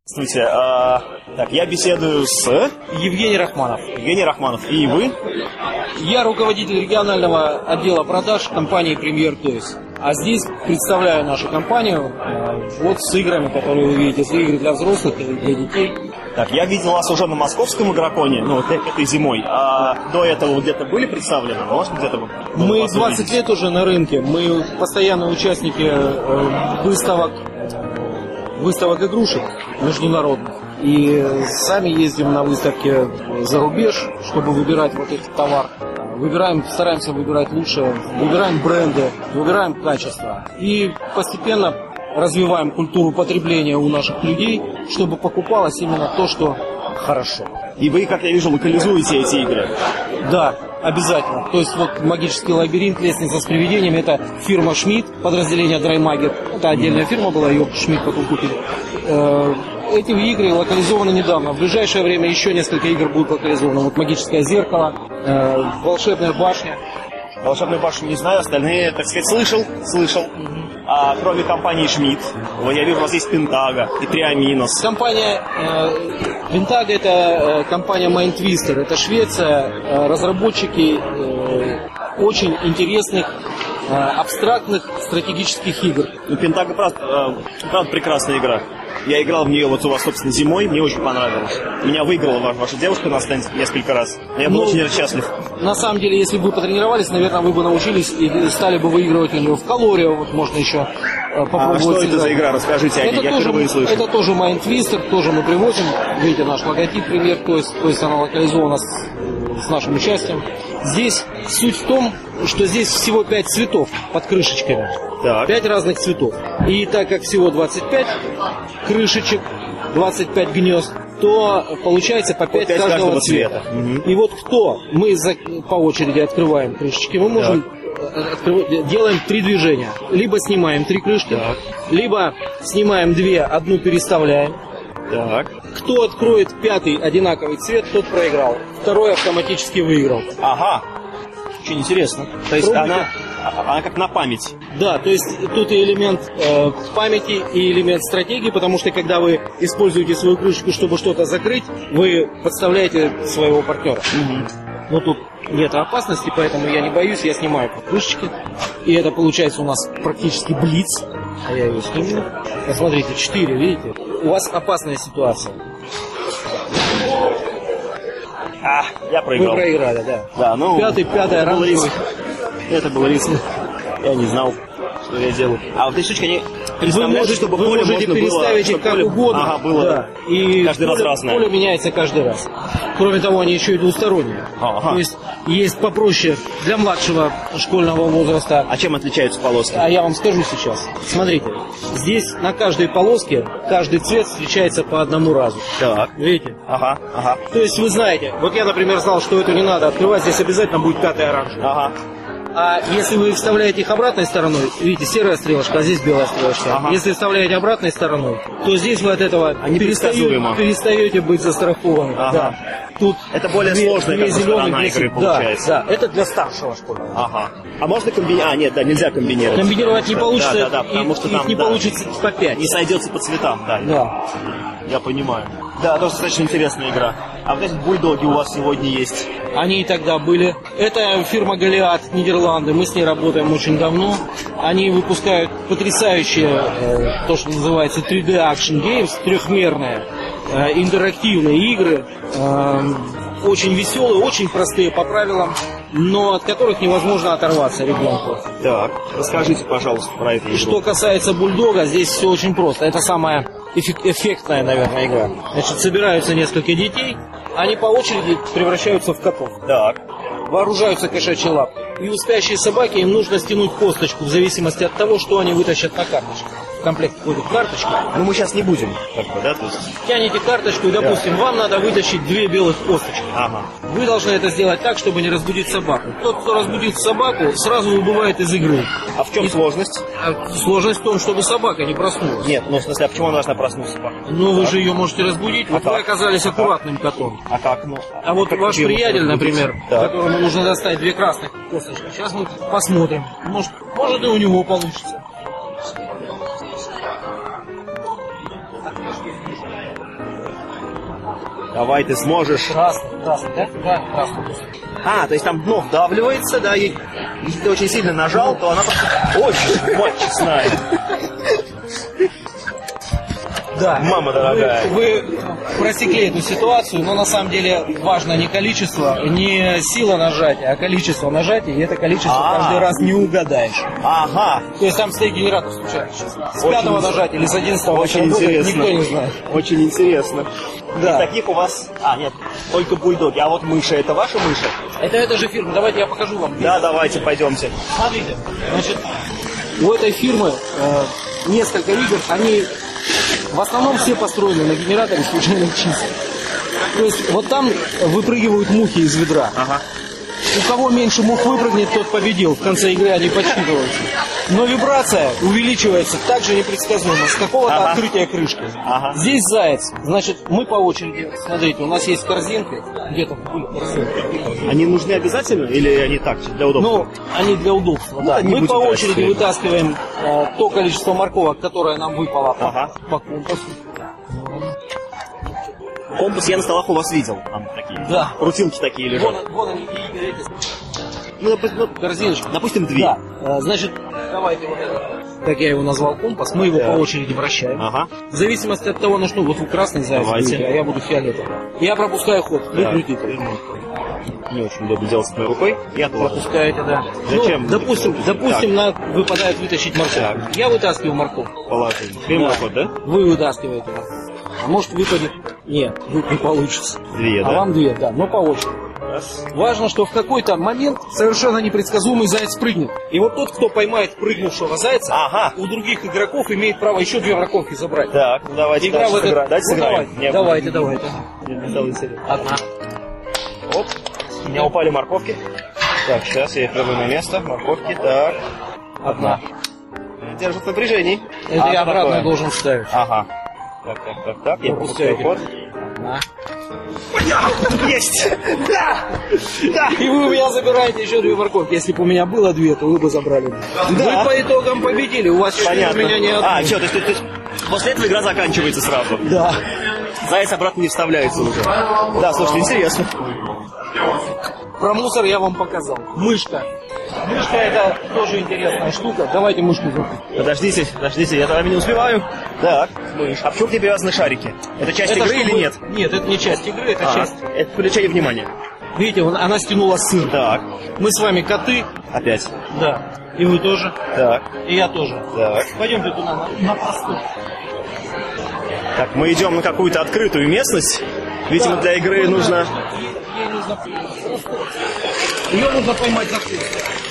Здравствуйте. Так, я беседую с Евгений Рахманов. Евгений Рахманов. И вы? Я руководитель регионального отдела продаж компании Premier Toys. А здесь представляю нашу компанию вот с играми, которые вы видите. Это игры для взрослых и для детей. Так, я видел вас уже на московском игроконе, ну, вот этой зимой. А до этого вы где-то были представлены? Может, где-то вы? Мы 20 лет уже на рынке. Мы постоянные участники выставок игрушек международных. И сами ездим на выставки за рубеж, чтобы выбирать вот этот товар. Стараемся выбирать лучшее, выбираем бренды, выбираем качество. И постепенно развиваем культуру потребления у наших людей, чтобы покупалось именно то, что хорошо. И вы, как я вижу, локализуете эти игры? Да, обязательно. То есть вот «Магический лабиринт», «Лестница с привидениями» — это фирма Шмидт, подразделение Драймагер. Это отдельная фирма была, ее Шмидт потом купили. Эти игры локализованы недавно. В ближайшее время еще несколько игр будут локализованы. Вот «Магическое зеркало», «Волшебная башня». «Волшебную башню» не знаю, остальные, так сказать, слышал. А кроме компании Шмидт, я вижу, у вас есть Пентага и Триаминос. Компания Пентага — это компания Mind Twister. Это Швеция, разработчики очень интересных абстрактных стратегических игр. Ну, Пентага, правда, прекрасная игра. Я играл в нее вот у вас, собственно, зимой, мне очень понравилось. Меня выиграла ваша девушка на стенде несколько раз. Я был очень счастлив. На самом деле, если бы вы потренировались, наверное, вы бы научились и стали бы выигрывать у нее в Калорию. Вот можно еще попробовать. Что это за игра? Расскажите о ней, я впервые слышу. Это тоже Mind Twister, тоже мы привозим. Видите, наш логотип, пример, то есть она локализована с нашим участием. Здесь суть в том, что здесь всего 5 цветов под крышечками. Так. 5 разных цветов. И так как всего 25 крышечек, 25 гнезд, то получается по 5 каждого цвета. Угу. И вот мы по очереди открываем крышечки, мы можем делаем 3 движения. Либо снимаем 3 крышки, либо снимаем 2, одну переставляем. Так. Кто откроет 5-й одинаковый цвет, тот проиграл. Второй автоматически выиграл. Ага. Очень интересно. То есть она как на память. Да, то есть тут и элемент памяти, и элемент стратегии, потому что когда вы используете свою крышечку, чтобы что-то закрыть, вы подставляете своего партнера. Угу. Но тут нет опасности, поэтому я не боюсь, я снимаю крышечки. И это получается у нас практически блиц. А я ее сниму. Посмотрите, 4, видите? У вас опасная ситуация. Я проиграл. Вы проиграли, да. Да, ну, пятый ранговый. Это был риск. Я не знал, что я делаю. А вот эти штучки, они представляют, чтобы вы можете переставить их как угодно. Ага, было. Да. И каждый раз разное. Поле меняется каждый раз. Кроме того, они еще и двусторонние. То есть попроще для младшего школьного возраста. А чем отличаются полоски? А я вам скажу сейчас. Смотрите, здесь на каждой полоске каждый цвет встречается по одному разу. Так. Видите? Ага. То есть вы знаете, вот я, например, знал, что это не надо открывать, здесь обязательно будет 5-й оранжевый. Ага. А если вы вставляете их обратной стороной, видите, серая стрелочка, а здесь белая стрелочка. Ага. Если вставляете обратной стороной, то здесь вы от этого перестаете быть застрахованы. Ага. Да. Тут это более сложная сторона игры получается. Да, это для старшего школьника. Ага. А можно комбинировать? Нет, нельзя комбинировать. Комбинировать не получится, да, потому что там не получится по 5. Не сойдется по цветам, да. Я понимаю. Да, тоже достаточно интересная игра. А вот эти бульдоги у вас сегодня есть? Они и тогда были. Это фирма Голиат, Нидерланды. Мы с ней работаем очень давно. Они выпускают потрясающие, то, что называется 3D Action Games, трехмерные, интерактивные игры. Очень веселые, очень простые по правилам, но от которых невозможно оторваться ребенку. Так, расскажите, пожалуйста, про эту игру. Что касается бульдога, здесь все очень просто. Это самая эффектная, наверное, игра. Значит, собираются несколько детей, они по очереди превращаются в котов. Так. Вооружаются кошачьей лапкой. И у спящей собаки им нужно стянуть косточку в зависимости от того, что они вытащат на карточку. В комплект входит карточка. Ну, мы сейчас не будем, да? То есть... Тянете карточку, и, допустим, вам надо вытащить 2 белых косточки. Ага. Вы должны это сделать так, чтобы не разбудить собаку. Тот, кто разбудит собаку, сразу выбывает из игры. А в чем сложность? Сложность в том, чтобы собака не проснулась. Нет, ну в смысле, а почему она должна проснуться? Ну, вы же ее можете разбудить, вот вы оказались аккуратным котом. А как? А вот ваш приятель, например, которому нужно достать 2 красных косточки. Сейчас мы посмотрим. Может и у него получится. Давай, ты сможешь. Красный, да? Да, красный. А, то есть там дно вдавливается, да, и если ты очень сильно нажал, то она просто... Очень, мать честная. Да. Мама дорогая. Вы просекли эту ситуацию, но на самом деле важно не количество, не сила нажатия, а количество нажатий, и это количество каждый раз не угадаешь. Ага. То есть там стоит генератор случайно. С 5-го нажатия или с 11-го очень работает, интересно. никто не знает. Очень интересно. Да. И таких у вас... А, нет, только бульдоги. А вот мыши, это ваши мыши? Это же фирма, давайте я покажу вам. Да, давайте, пойдемте. Смотрите, значит, у этой фирмы несколько игр, они в основном все построены на генераторе случайных чисел. То есть вот там выпрыгивают мухи из ведра. Ага. У кого меньше мух выпрыгнет, тот победил. В конце игры они подсчитываются. Но вибрация увеличивается так же непредсказуемо с какого-то открытия крышки. Ага. Здесь заяц. Значит, мы по очереди. Смотрите, у нас есть корзинки. Где-то были корзинки. Они нужны обязательно или они так, для удобства? Ну, они для удобства, да. не Мы будем по тратить очереди время. вытаскиваем то количество морковок, которое нам выпало по компасу. Компас я на столах у вас видел. Там такие. Да. Крутилки такие лежат. Вон они, эти Ну, корзиночки. допустим, 2. Да. Значит, давайте вот это. Как я его назвал, компас, мы его по очереди вращаем. Ага. В зависимости от того, на что, вот вы красный заяц Давайте. будете, а я буду фиолетовый. Я пропускаю ход, вы крутите. Не очень удобно делать с одной рукой. Я тоже. Пропускаете, да. Зачем? Ну, допустим, выпадает вытащить морковку. Я вытаскиваю морковку. Положим. Прямой ход, да? Вы вытаскиваете морковку. А может выпадет? Нет, не получится. 2, А да? вам 2, да, но по очереди. Раз. Важно, что в какой-то момент совершенно непредсказуемый заяц прыгнет. И вот тот, кто поймает прыгнувшего зайца, Ага. у других игроков имеет право еще 2 морковки забрать. Так, ну давайте Игра дальше в этот- сыграем. Давайте Ну, сыграем. давайте. Мне стало интересно. Одна. Оп. У меня упали морковки. Так, сейчас я их верну на место. Морковки, так. Одна. Держат в напряжении. Это я что обратно такое? должен ставить. Ага. Так. Я пропускаю Пропускаете. ход. Одна. Есть! Да! Да! И вы у меня забираете еще 2 морковки. Если бы у меня было 2, то вы бы забрали. Да. Вы по итогам победили. У вас Понятно. у меня не одна. А, что, то есть после этого игра заканчивается сразу. Да. Заяц обратно не вставляется уже. Да, слушайте, интересно. Про мусор я вам показал. Мышка. Мышка это тоже интересная штука. Давайте мышку закрутим. Подождите, я тогда не успеваю. Так, мышь. А почему к ней привязаны шарики? Это часть Это игры или чтобы- нет? Нет, это не часть игры, это часть. Это привлечение внимания. Видите, она стянула сыр. Так, Мы с вами коты. опять. Да. И вы тоже. Так, И я тоже. так. Пойдемте туда на простор. Так, мы идем на какую-то открытую местность. Видимо, для игры нужно... Ей нужно ее нужно поймать за хвост.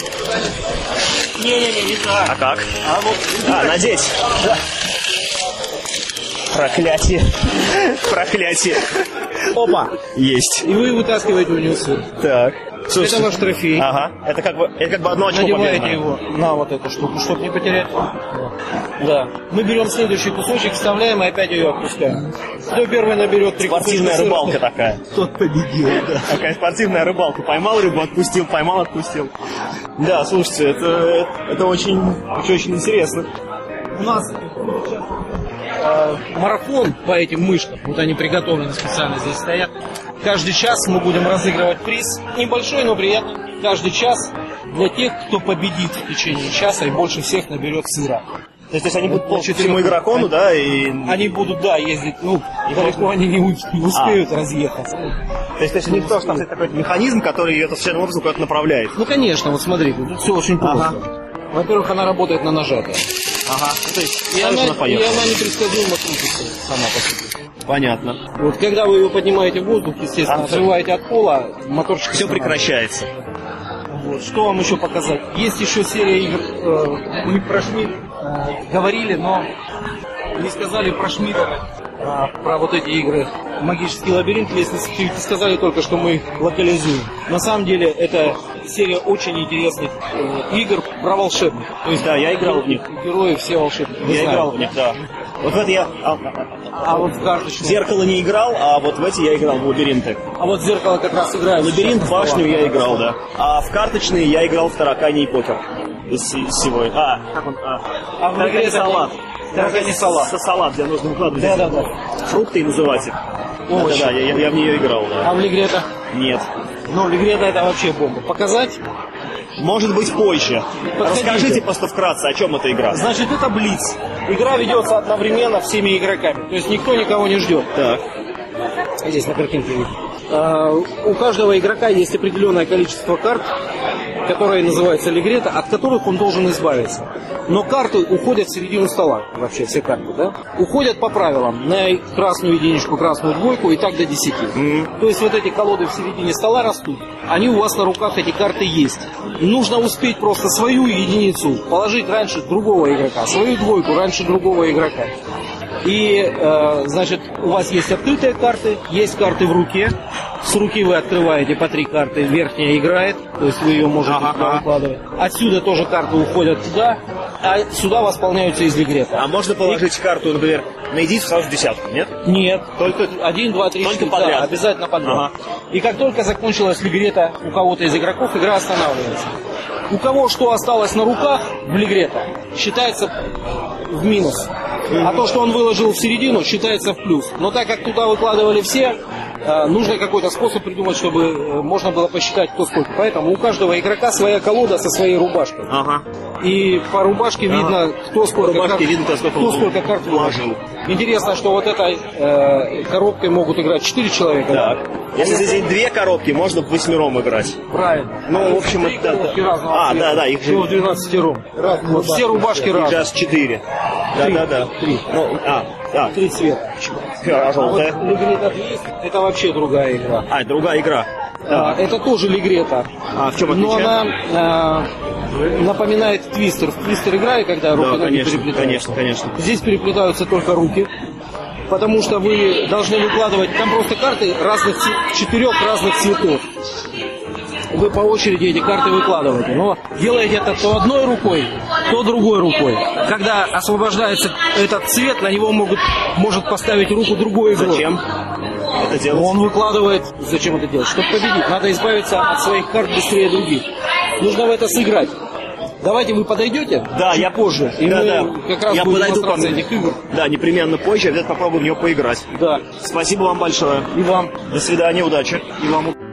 Не так. А как? А вот. Надеть. Да. Проклятие. Проклятие. Опа. Есть. И вы вытаскиваете у него сыр. Так. Это ваш трофей. Ага. Это как бы одно очко Надеваете победное. его на вот эту штуку, чтобы не потерять. Да. Мы берем следующий кусочек, вставляем и опять ее отпускаем. Кто первый наберет 3 Спортивная кусочка сыра, рыбалка такая. тот победил. Да. Такая спортивная рыбалка. Поймал рыбу, отпустил, поймал, отпустил. Да, слушайте, это очень интересно. У нас марафон по этим мышкам. Вот они приготовлены специально здесь стоят. Каждый час мы будем разыгрывать приз. Небольшой, но приятный. Каждый час для тех, кто победит в течение часа и больше всех наберет сыра. То есть они будут по Четырех- всему игрокону, да, и... Они будут, да, ездить, далеко они не успеют разъехаться. То есть у них тоже там такой механизм, который это совершенно образом куда-то направляет. Ну, конечно, вот смотрите, тут все очень просто. Во-первых, она работает на нажатие. Ага. То есть И она поехала. непредсказуемо крутится сама по себе. Понятно. Вот когда вы ее поднимаете в воздух, естественно, отрываете от пола, моторчик Все прекращается. Вот. Что вам еще показать? Есть еще серия игр, мы про Шмидт говорили, но не сказали про Шмидта, про вот эти игры. Магический лабиринт, если сказали только, что мы их локализуем. На самом деле это серия очень интересных игр про волшебников. То есть, Да, я играл в них. Герои все волшебники. Вы Я знаете. играл в них, да. Вот в это я... А вот в карточную. В зеркало не играл, а вот в эти я играл, в лабиринты. А вот зеркало как раз играет. Лабиринт, башню я играл, да. А в карточные я играл в тараканий покер. Из всего. Как он? А в игре Тараканий салат. Тараканий салат. Салат, где нужно выкладывать Да. фрукты и называть их. овощи. Да, я в нее играл, да. А в Лигрета? Нет. Ну, Лигрета это вообще бомба. Показать? Может быть, позже. Подходите. Расскажите просто вкратце, о чем эта игра. Значит, это блиц. Игра ведется одновременно всеми игроками. То есть никто никого не ждет. Так. Здесь на картинке видно. У каждого игрока есть определенное количество карт, которые называются Лигрета, от которых он должен избавиться. Но карты уходят в середину стола, вообще все карты, да? Уходят по правилам, на красную единичку, красную двойку и так до 10. То есть вот эти колоды в середине стола растут, они у вас на руках, эти карты есть. Нужно успеть просто свою единицу положить раньше другого игрока, свою двойку раньше другого игрока. И, значит, у вас есть открытые карты, есть карты в руке. С руки вы открываете по 3 карты, верхняя играет, то есть вы ее можете туда выкладывать. Отсюда тоже карты уходят туда, а сюда восполняются из Лигрета. А можно положить карту, например, на единицу сразу в десятку, нет? Нет, только 1, 2, 3, 4, подряд. да, обязательно подряд. И как только закончилась Лигрета у кого-то из игроков, игра останавливается. У кого что осталось на руках в Лигрета, считается в минус. А то, что он выложил в середину, считается в плюс. Но так как туда выкладывали все, нужно какой-то способ придумать, чтобы можно было посчитать кто сколько. Поэтому у каждого игрока своя колода со своей рубашкой. И по рубашке видно, кто сколько карт вложил. Интересно, что вот этой коробкой могут играть 4 человека. Так. Если здесь 2 коробки, можно 8 играть. Правильно. Ну, в общем, это... Да, их всего 12 ром. Вот все рубашки разные. Сейчас 4. Да. 3. Ну, 3 цвета. А желтая? Вот Лигрета есть, это вообще другая игра. Другая игра. Это тоже Лигрета. В чем отличие? Но она напоминает твистер. В твистер играли, когда руки-ноги переплетаются? Конечно. Здесь переплетаются только руки. Потому что вы должны выкладывать, там просто карты 4 разных цветов. Вы по очереди эти карты выкладываете. Но делаете это то одной рукой, то другой рукой. Когда освобождается этот цвет, на него может поставить руку другой игрок. Зачем это делать? Он выкладывает... Зачем это делать? Чтобы победить. Надо избавиться от своих карт быстрее других. Нужно в это сыграть. Давайте вы подойдете? Да, я позже. И мы как раз я будем подойду демонстрация этих игр. Да, непременно позже. Обязательно попробуем в нее поиграть. Да. Спасибо вам большое. И вам. До свидания, удачи. И вам.